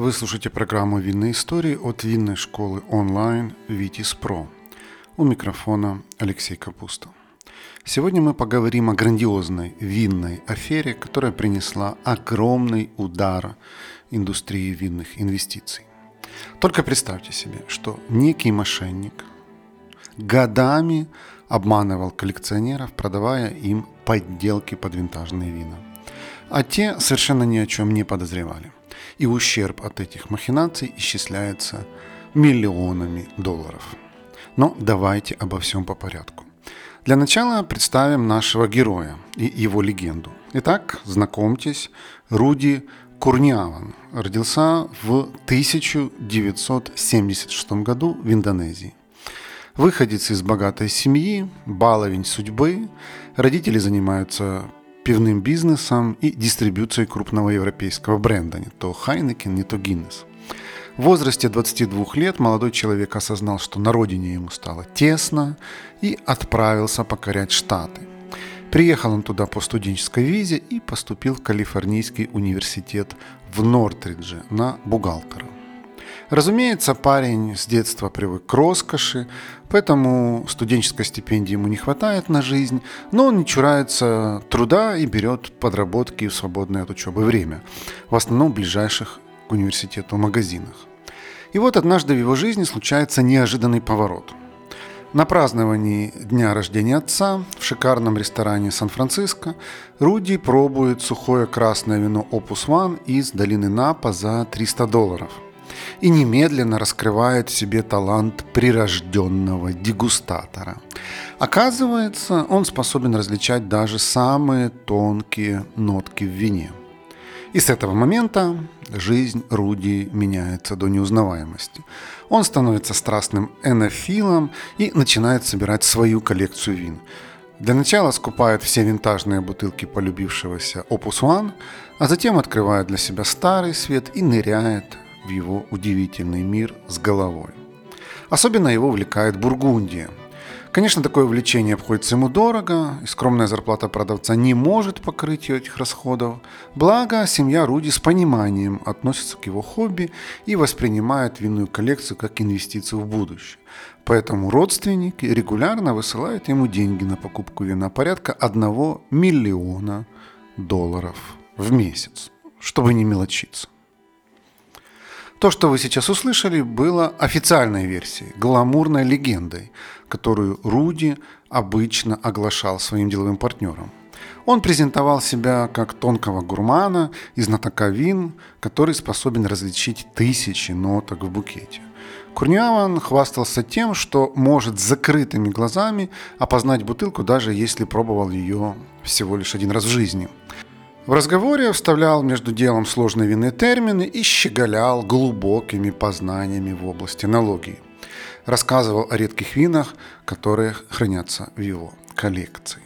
Вы слушаете программу «Винные истории» от винной школы онлайн «Витис Про». У микрофона Алексей Капуста. Сегодня мы поговорим о грандиозной винной афере, которая принесла огромный удар индустрии винных инвестиций. Только представьте себе, что некий мошенник годами обманывал коллекционеров, продавая им подделки под винтажные вина. А те совершенно ни о чем не подозревали. И ущерб от этих махинаций исчисляется миллионами долларов. Но давайте обо всем по порядку. Для начала представим нашего героя и его легенду. Итак, знакомьтесь, Руди Курниаван родился в 1976 году в Индонезии. Выходец из богатой семьи, баловень судьбы, родители занимаются пивным бизнесом и дистрибьюцией крупного европейского бренда, не то Хайнекен, не то Гиннес. В возрасте 22 лет молодой человек осознал, что на родине ему стало тесно, и отправился покорять Штаты. Приехал он туда по студенческой визе и поступил в Калифорнийский университет в Нортридже на бухгалтера. Разумеется, парень с детства привык к роскоши, поэтому студенческой стипендии ему не хватает на жизнь, но он не чурается труда и берет подработки в свободное от учебы время, в основном в ближайших к университету магазинах. И вот однажды в его жизни случается неожиданный поворот. На праздновании дня рождения отца в шикарном ресторане Сан-Франциско Руди пробует сухое красное вино Opus One из долины Напа за $300 и немедленно раскрывает в себе талант прирожденного дегустатора. Оказывается, он способен различать даже самые тонкие нотки в вине. И с этого момента жизнь Руди меняется до неузнаваемости. Он становится страстным энофилом и начинает собирать свою коллекцию вин. Для начала скупает все винтажные бутылки полюбившегося Opus One, а затем открывает для себя старый свет и ныряет в его удивительный мир с головой. Особенно его увлекает Бургундия. Конечно, такое увлечение обходится ему дорого, и скромная зарплата продавца не может покрыть этих расходов. Благо, семья Руди с пониманием относится к его хобби и воспринимает винную коллекцию как инвестицию в будущее. Поэтому родственники регулярно высылают ему деньги на покупку вина порядка $1 миллиона в месяц, чтобы не мелочиться. То, что вы сейчас услышали, было официальной версией, гламурной легендой, которую Руди обычно оглашал своим деловым партнерам. Он презентовал себя как тонкого гурмана и знатока вин, который способен различить тысячи ноток в букете. Курниаван хвастался тем, что может с закрытыми глазами опознать бутылку, даже если пробовал ее всего лишь один раз в жизни. В разговоре вставлял между делом сложные винные термины и щеголял глубокими познаниями в области энологии. Рассказывал о редких винах, которые хранятся в его коллекции.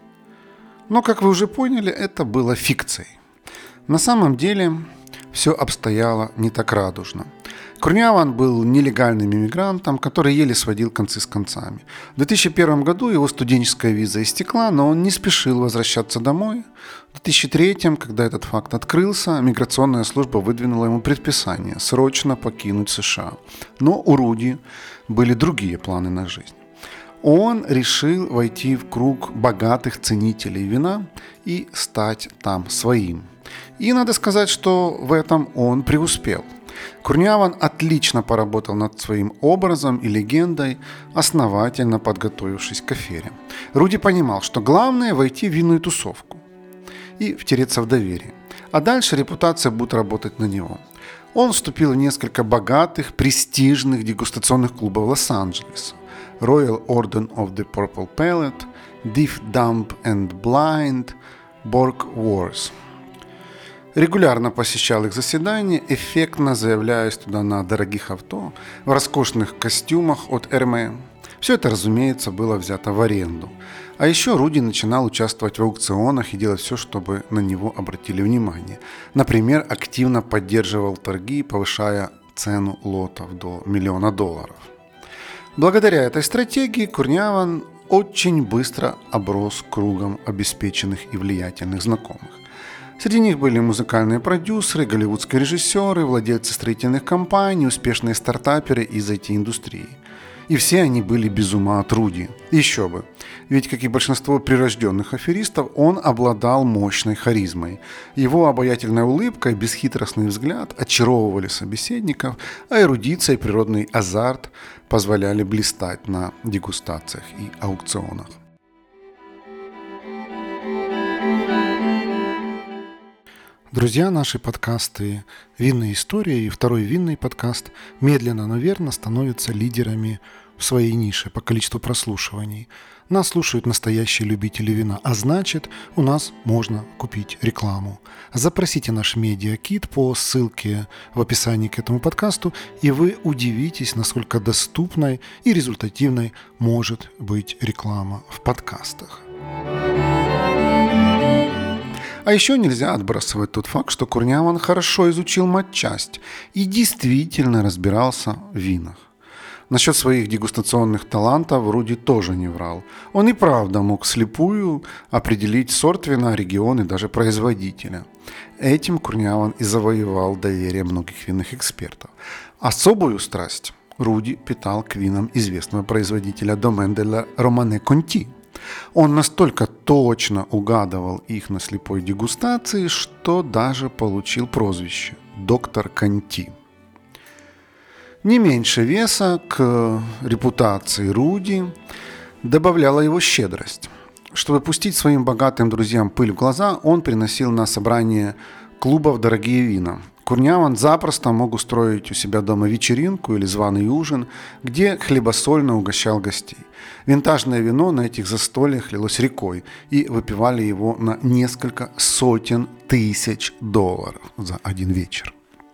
Но, как вы уже поняли, это было фикцией. На самом деле все обстояло не так радужно. Курниаван был нелегальным иммигрантом, который еле сводил концы с концами. В 2001 году его студенческая виза истекла, но он не спешил возвращаться домой. В 2003, когда этот факт открылся, миграционная служба выдвинула ему предписание срочно покинуть США. Но у Руди были другие планы на жизнь. Он решил войти в круг богатых ценителей вина и стать там своим. И надо сказать, что в этом он преуспел. Курниаван отлично поработал над своим образом и легендой, основательно подготовившись к афере. Руди понимал, что главное – войти в винную тусовку и втереться в доверие. А дальше репутация будет работать на него. Он вступил в несколько богатых, престижных дегустационных клубов Лос-Анджелеса: Royal Order of the Purple Palate, Deaf, Dumb and Blind, Borg Wars. Регулярно посещал их заседания, эффектно заявляясь туда на дорогих авто, в роскошных костюмах от Hermès. Все это, разумеется, было взято в аренду. А еще Руди начинал участвовать в аукционах и делать все, чтобы на него обратили внимание. Например, активно поддерживал торги, повышая цену лотов до $1 миллиона. Благодаря этой стратегии Курниаван очень быстро оброс кругом обеспеченных и влиятельных знакомых. Среди них были музыкальные продюсеры, голливудские режиссеры, владельцы строительных компаний, успешные стартаперы из IT-индустрии. И все они были без ума от Руди. Еще бы. Ведь, как и большинство прирожденных аферистов, он обладал мощной харизмой. Его обаятельная улыбка и бесхитростный взгляд очаровывали собеседников, а эрудиция и природный азарт позволяли блистать на дегустациях и аукционах. Друзья, наши подкасты «Винные истории» и второй винный подкаст медленно, но верно становятся лидерами в своей нише по количеству прослушиваний. Нас слушают настоящие любители вина, а значит, у нас можно купить рекламу. Запросите наш медиакит по ссылке в описании к этому подкасту, и вы удивитесь, насколько доступной и результативной может быть реклама в подкастах. А еще нельзя отбрасывать тот факт, что Курняван хорошо изучил матчасть и действительно разбирался в винах. Насчет своих дегустационных талантов Руди тоже не врал. Он и правда мог вслепую определить сорт вина, регион и даже производителя. Этим Курняван и завоевал доверие многих винных экспертов. Особую страсть Руди питал к винам известного производителя Domaine de la Romanée Conti. Он настолько точно угадывал их на слепой дегустации, что даже получил прозвище «Доктор Конти». Не меньше веса к репутации Руди добавляла его щедрость. Чтобы пустить своим богатым друзьям пыль в глаза, он приносил на собрание клубов дорогие вина. Курняван запросто мог устроить у себя дома вечеринку или званый ужин, где хлебосольно угощал гостей. Винтажное вино на этих застольях лилось рекой, и выпивали его на несколько сотен тысяч долларов за один вечер.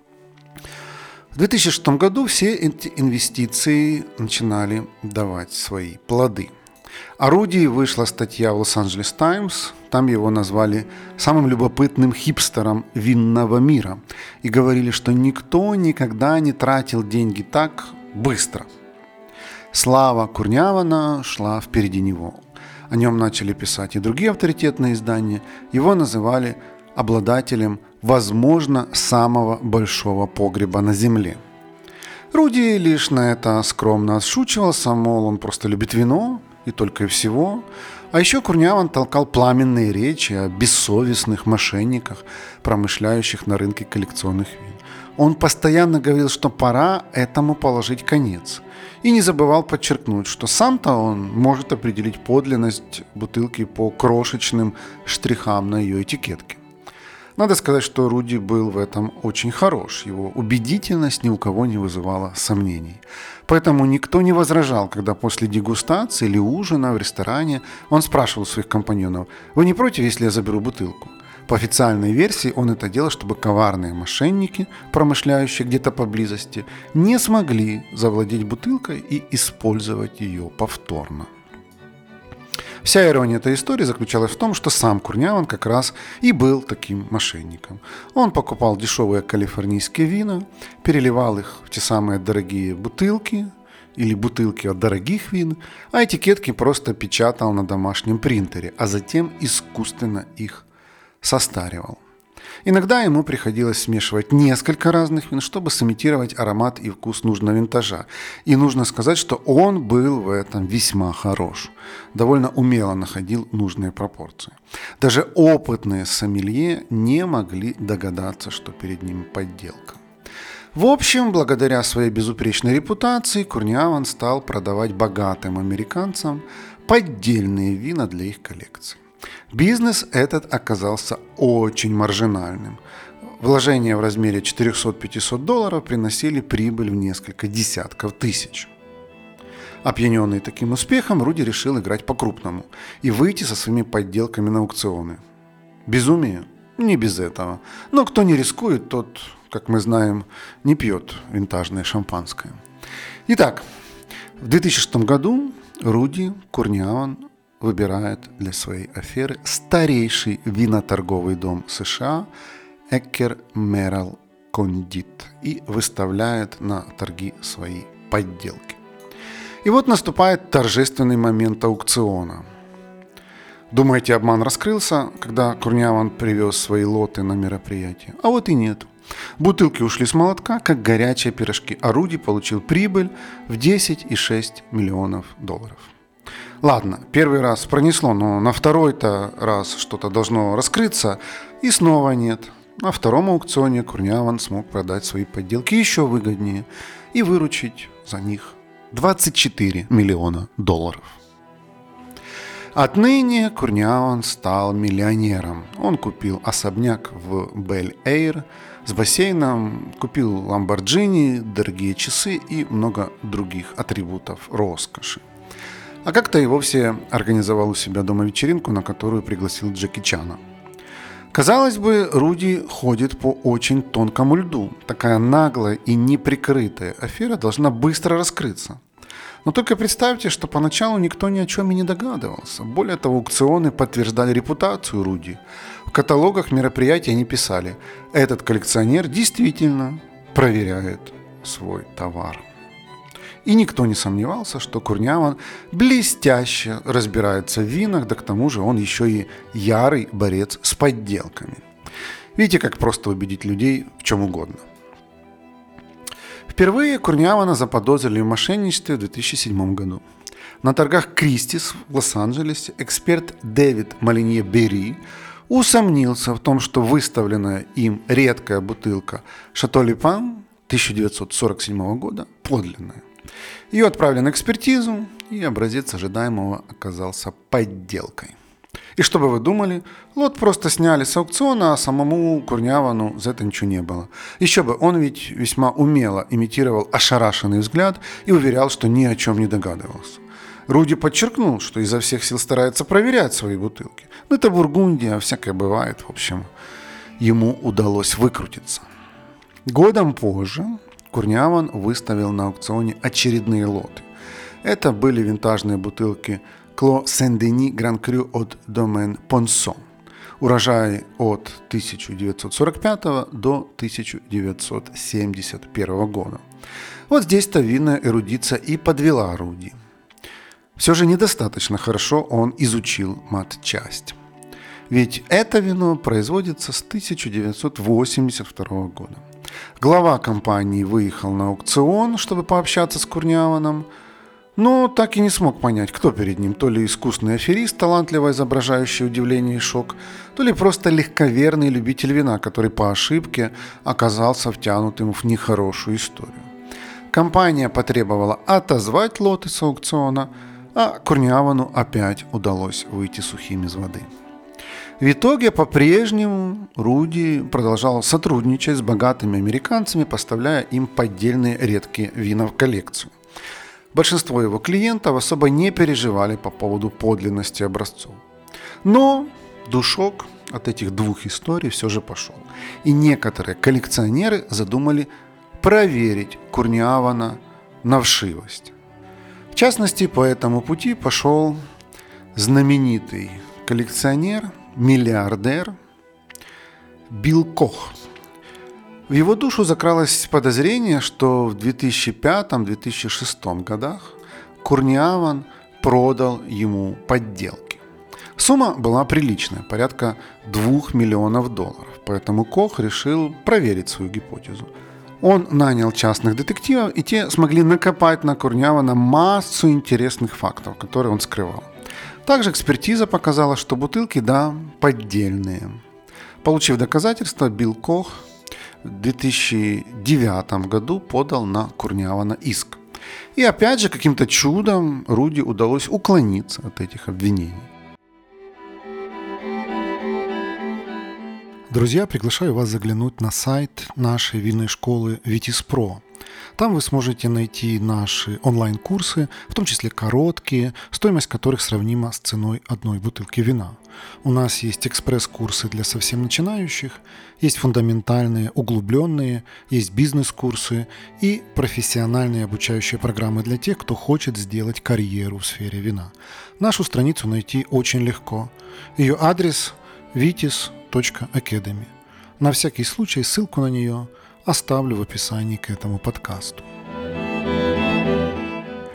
В 2006 году все эти инвестиции начинали давать свои плоды. О Руди вышла статья в Лос-Анджелес Таймс, там его назвали самым любопытным хипстером винного мира и говорили, что никто никогда не тратил деньги так быстро. Слава Курнявана шла впереди него. О нем начали писать и другие авторитетные издания. Его называли обладателем, возможно, самого большого погреба на земле. Руди лишь на это скромно отшучивался, мол, он просто любит вино и только и всего. А еще Курняван толкал пламенные речи о бессовестных мошенниках, промышляющих на рынке коллекционных вин. Он постоянно говорил, что пора этому положить конец. И не забывал подчеркнуть, что сам-то он может определить подлинность бутылки по крошечным штрихам на ее этикетке. Надо сказать, что Руди был в этом очень хорош. Его убедительность ни у кого не вызывала сомнений. Поэтому никто не возражал, когда после дегустации или ужина в ресторане он спрашивал своих компаньонов: «Вы не против, если я заберу бутылку?» По официальной версии он это делал, чтобы коварные мошенники, промышляющие где-то поблизости, не смогли завладеть бутылкой и использовать ее повторно. Вся ирония этой истории заключалась в том, что сам Курняван как раз и был таким мошенником. Он покупал дешевые калифорнийские вина, переливал их в те самые дорогие бутылки или бутылки от дорогих вин, а этикетки просто печатал на домашнем принтере, а затем искусственно их состаривал. Иногда ему приходилось смешивать несколько разных вин, чтобы сымитировать аромат и вкус нужного винтажа. И нужно сказать, что он был в этом весьма хорош. Довольно умело находил нужные пропорции. Даже опытные сомелье не могли догадаться, что перед ним подделка. В общем, благодаря своей безупречной репутации, Курняван стал продавать богатым американцам поддельные вина для их коллекций. Бизнес этот оказался очень маржинальным. Вложения в размере $400-500 приносили прибыль в несколько десятков тысяч. Опьяненный таким успехом, Руди решил играть по-крупному и выйти со своими подделками на аукционы. Безумие? Не без этого. Но кто не рискует, тот, как мы знаем, не пьет винтажное шампанское. Итак, в 2006 году Руди Курняван выбирает для своей аферы старейший виноторговый дом США Эккер Меррилл Кондит и выставляет на торги свои подделки. И вот наступает торжественный момент аукциона. Думаете, обман раскрылся, когда Курняван привез свои лоты на мероприятие? А вот и нет. Бутылки ушли с молотка, как горячие пирожки, а Руди получил прибыль в 10,6 миллионов долларов. Ладно, первый раз пронесло, но на второй-то раз что-то должно раскрыться, и снова нет. На втором аукционе Курняван смог продать свои подделки еще выгоднее и выручить за них 24 миллиона долларов. Отныне Курняван стал миллионером. Он купил особняк в Бель-Эйр с бассейном, купил ламборджини, дорогие часы и много других атрибутов роскоши. А как-то и вовсе организовал у себя дома вечеринку, на которую пригласил Джеки Чана. Казалось бы, Руди ходит по очень тонкому льду. Такая наглая и неприкрытая афера должна быстро раскрыться. Но только представьте, что поначалу никто ни о чем и не догадывался. Более того, аукционы подтверждали репутацию Руди. В каталогах мероприятий они писали: этот коллекционер действительно проверяет свой товар. И никто не сомневался, что Курняван блестяще разбирается в винах, да к тому же он еще и ярый борец с подделками. Видите, как просто убедить людей в чем угодно. Впервые Курнявана заподозрили в мошенничестве в 2007 году. На торгах Кристис в Лос-Анджелесе эксперт Дэвид Молинье-Берри усомнился в том, что выставленная им редкая бутылка «Шато Липан» 1947 года подлинная. Ее отправили на экспертизу, и образец ожидаемого оказался подделкой. И что бы вы думали, лот просто сняли с аукциона, а самому Курнявану за это ничего не было. Еще бы, он ведь весьма умело имитировал ошарашенный взгляд и уверял, что ни о чем не догадывался. Руди подчеркнул, что изо всех сил старается проверять свои бутылки. Ну это Бургундия, всякое бывает, в общем, ему удалось выкрутиться. Годом позже Курняван выставил на аукционе очередные лоты. Это были винтажные бутылки Clos Saint-Denis Grand Cru от Domaine Ponceau. Урожай от 1945 до 1971 года. Вот здесь-то винная эрудиция и подвела Руди. Все же недостаточно хорошо он изучил матчасть. Ведь это вино производится с 1982 года. Глава компании выехал на аукцион, чтобы пообщаться с Курняваном, но так и не смог понять, кто перед ним. То ли искусный аферист, талантливо изображающий удивление и шок, то ли просто легковерный любитель вина, который по ошибке оказался втянутым в нехорошую историю. Компания потребовала отозвать лоты с аукциона, а Курнявану опять удалось выйти сухим из воды. В итоге по-прежнему Руди продолжал сотрудничать с богатыми американцами, поставляя им поддельные редкие вина в коллекцию. Большинство его клиентов особо не переживали по поводу подлинности образцов. Но душок от этих двух историй все же пошел. И некоторые коллекционеры задумали проверить Курнявана на вшивость. В частности, по этому пути пошел знаменитый коллекционер, миллиардер Билл Кох. В его душу закралось подозрение, что в 2005-2006 годах Курняван продал ему подделки. Сумма была приличная, порядка $2 миллионов, поэтому Кох решил проверить свою гипотезу. Он нанял частных детективов, и те смогли накопать на Курнявана массу интересных фактов, которые он скрывал. Также экспертиза показала, что бутылки, да, поддельные. Получив доказательства, Билл Кох в 2009 году подал на Курнявана иск. И опять же, каким-то чудом Руди удалось уклониться от этих обвинений. Друзья, приглашаю вас заглянуть на сайт нашей винной школы Vitis.Pro. Там вы сможете найти наши онлайн-курсы, в том числе короткие, стоимость которых сравнима с ценой одной бутылки вина. У нас есть экспресс-курсы для совсем начинающих, есть фундаментальные, углубленные, есть бизнес-курсы и профессиональные обучающие программы для тех, кто хочет сделать карьеру в сфере вина. Нашу страницу найти очень легко. Ее адрес vitis.academy. На всякий случай ссылку на нее оставлю в описании к этому подкасту.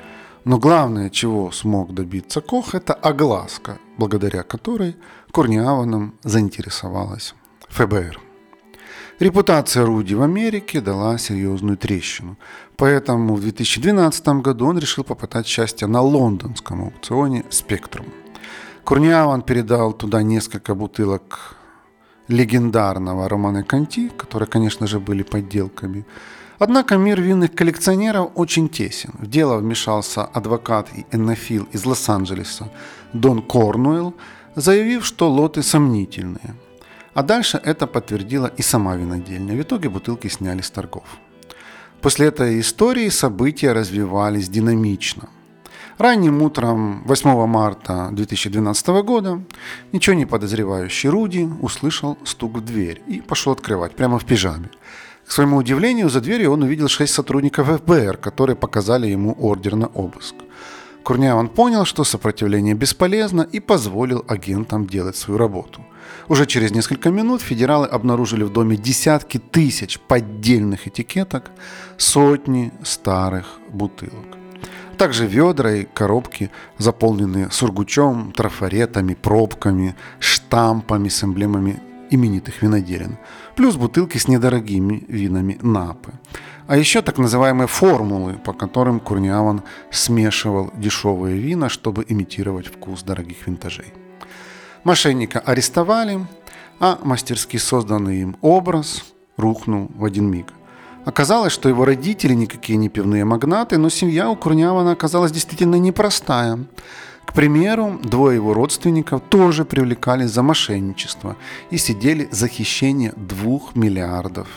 Но главное, чего смог добиться Кох, это огласка, благодаря которой Курниаваном заинтересовалась ФБР. Репутация Руди в Америке дала серьезную трещину, поэтому в 2012 году он решил попытать счастье на лондонском аукционе «Спектрум». Курниаван передал туда несколько бутылок легендарного Романе Конти, которые, конечно же, были подделками. Однако мир винных коллекционеров очень тесен. В дело вмешался адвокат и энофил из Лос-Анджелеса Дон Корнуэлл, заявив, что лоты сомнительные. А дальше это подтвердила и сама винодельня. В итоге бутылки сняли с торгов. После этой истории события развивались динамично. Ранним утром 8 марта 2012 года ничего не подозревающий Руди услышал стук в дверь и пошел открывать прямо в пижаме. К своему удивлению, за дверью он увидел 6 сотрудников ФБР, которые показали ему ордер на обыск. Курниаван понял, что сопротивление бесполезно, и позволил агентам делать свою работу. Уже через несколько минут федералы обнаружили в доме десятки тысяч поддельных этикеток, сотни старых бутылок. Также ведра и коробки, заполненные сургучом, трафаретами, пробками, штампами с эмблемами именитых виноделин, плюс бутылки с недорогими винами Напы. А еще так называемые формулы, по которым Курниаван смешивал дешевые вина, чтобы имитировать вкус дорогих винтажей. Мошенника арестовали, а мастерски созданный им образ рухнул в один миг. Оказалось, что его родители никакие не пивные магнаты, но семья у Курниавана оказалась действительно непростая. К примеру, 2 его родственников тоже привлекались за мошенничество и сидели за хищение $2 миллиардов.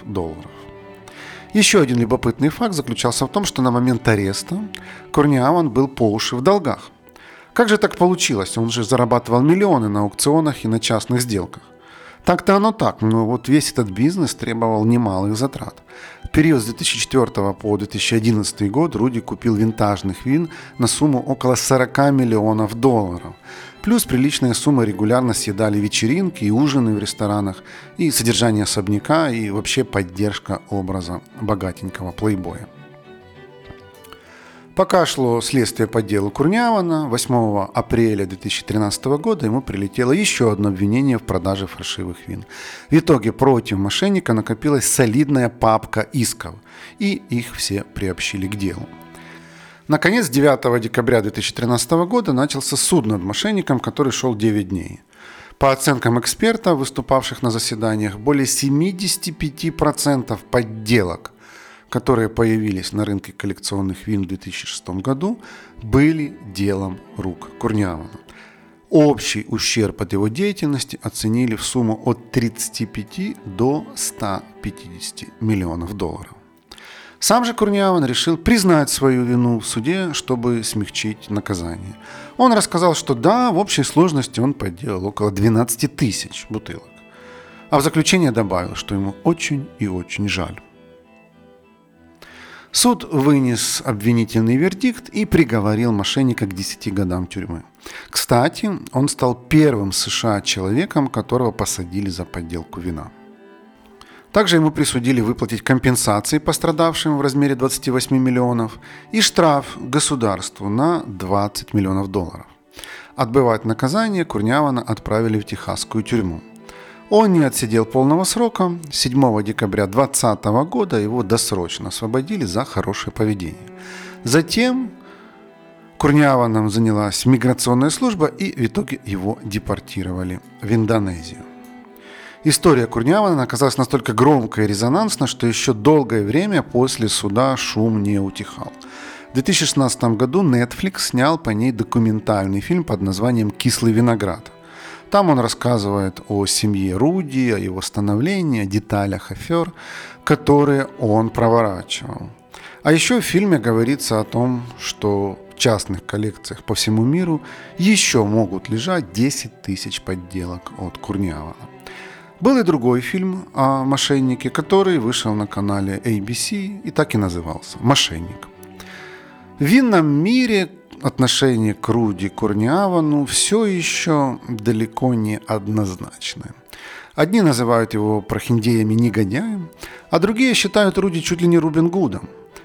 Еще один любопытный факт заключался в том, что на момент ареста Курниаван был по уши в долгах. Как же так получилось? Он же зарабатывал миллионы на аукционах и на частных сделках. Так-то оно так, но вот весь этот бизнес требовал немалых затрат. В период с 2004 по 2011 год Руди купил винтажных вин на сумму около $40 миллионов. Плюс приличные суммы регулярно съедали вечеринки и ужины в ресторанах, и содержание особняка, и вообще поддержка образа богатенького плейбоя. Пока шло следствие по делу Курниавана, 8 апреля 2013 года ему прилетело еще одно обвинение в продаже фальшивых вин. В итоге против мошенника накопилась солидная папка исков, и их все приобщили к делу. Наконец, 9 декабря 2013 года начался суд над мошенником, который шел 9 дней. По оценкам экспертов, выступавших на заседаниях, более 75% подделок, которые появились на рынке коллекционных вин в 2006 году, были делом рук Курниавана. Общий ущерб от его деятельности оценили в сумму от 35 до 150 миллионов долларов. Сам же Курниаван решил признать свою вину в суде, чтобы смягчить наказание. Он рассказал, что да, в общей сложности он подделал около 12 тысяч бутылок. А в заключение добавил, что ему очень и очень жаль. Суд вынес обвинительный вердикт и приговорил мошенника к 10 годам тюрьмы. Кстати, он стал первым в США человеком, которого посадили за подделку вина. Также ему присудили выплатить компенсации пострадавшим в размере 28 миллионов и штраф государству на $20 миллионов. Отбывать наказание Курниавана отправили в техасскую тюрьму. Он не отсидел полного срока. 7 декабря 2020 года его досрочно освободили за хорошее поведение. Затем Курниаваном занялась миграционная служба, и в итоге его депортировали в Индонезию. История Курниавана оказалась настолько громкой и резонансной, что еще долгое время после суда шум не утихал. В 2016 году Netflix снял по ней документальный фильм под названием «Кислый виноград». Там он рассказывает о семье Руди, о его становлении, о деталях афер, которые он проворачивал. А еще в фильме говорится о том, что в частных коллекциях по всему миру еще могут лежать 10 тысяч подделок от Курниавана. Был и другой фильм о мошеннике, который вышел на канале ABC и так и назывался «Мошенник». В винном мире отношение к Руди Курниавану все еще далеко не однозначное. Одни называют его прохиндеем и негодяем, а другие считают Руди чуть ли не Робин Гудом.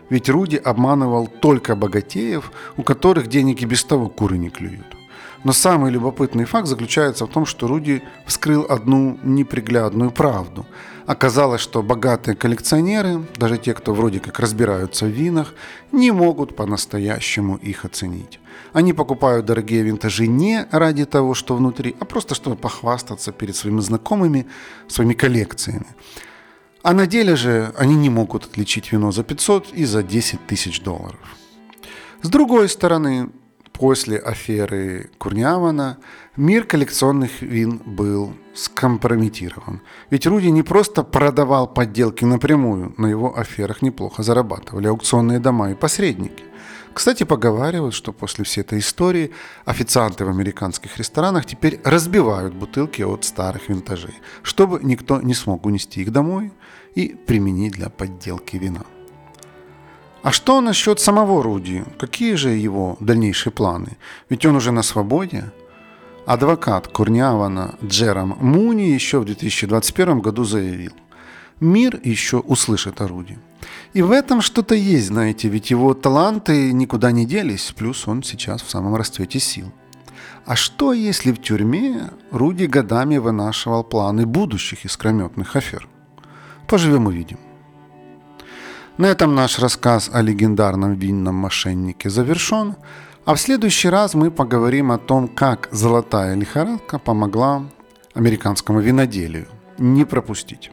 Ведь Руди обманывал только богатеев, у которых денег и без того куры не клюют. Но самый любопытный факт заключается в том, что Руди вскрыл одну неприглядную правду. Оказалось, что богатые коллекционеры, даже те, кто вроде как разбираются в винах, не могут по-настоящему их оценить. Они покупают дорогие винтажи не ради того, что внутри, а просто чтобы похвастаться перед своими знакомыми своими коллекциями. А на деле же они не могут отличить вино за 500 и за 10 тысяч долларов. С другой стороны, после аферы Курнявана мир коллекционных вин был скомпрометирован. Ведь Руди не просто продавал подделки напрямую, на его аферах неплохо зарабатывали аукционные дома и посредники. Кстати, поговаривают, что после всей этой истории официанты в американских ресторанах теперь разбивают бутылки от старых винтажей, чтобы никто не смог унести их домой и применить для подделки вина. А что насчет самого Руди? Какие же его дальнейшие планы? Ведь он уже на свободе. Адвокат Курнявана Джером Муни еще в 2021 году заявил: «Мир еще услышит о Руди». И в этом что-то есть, знаете, ведь его таланты никуда не делись, плюс он сейчас в самом расцвете сил. А что, если в тюрьме Руди годами вынашивал планы будущих искрометных афер? Поживем увидим. На этом наш рассказ о легендарном винном мошеннике завершен, а в следующий раз мы поговорим о том, как золотая лихорадка помогла американскому виноделию. Не пропустить.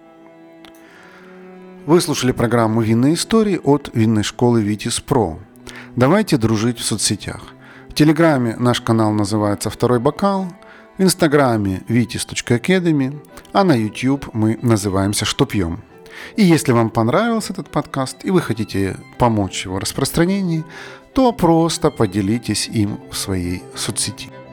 Вы слушали программу «Винные истории» от винной школы Vitis Pro. Давайте дружить в соцсетях. В Телеграме наш канал называется «Второй бокал», в Инстаграме vitis.academy, а на YouTube мы называемся «Что пьем?». И если вам понравился этот подкаст и вы хотите помочь его распространении, то просто поделитесь им в своей соцсети.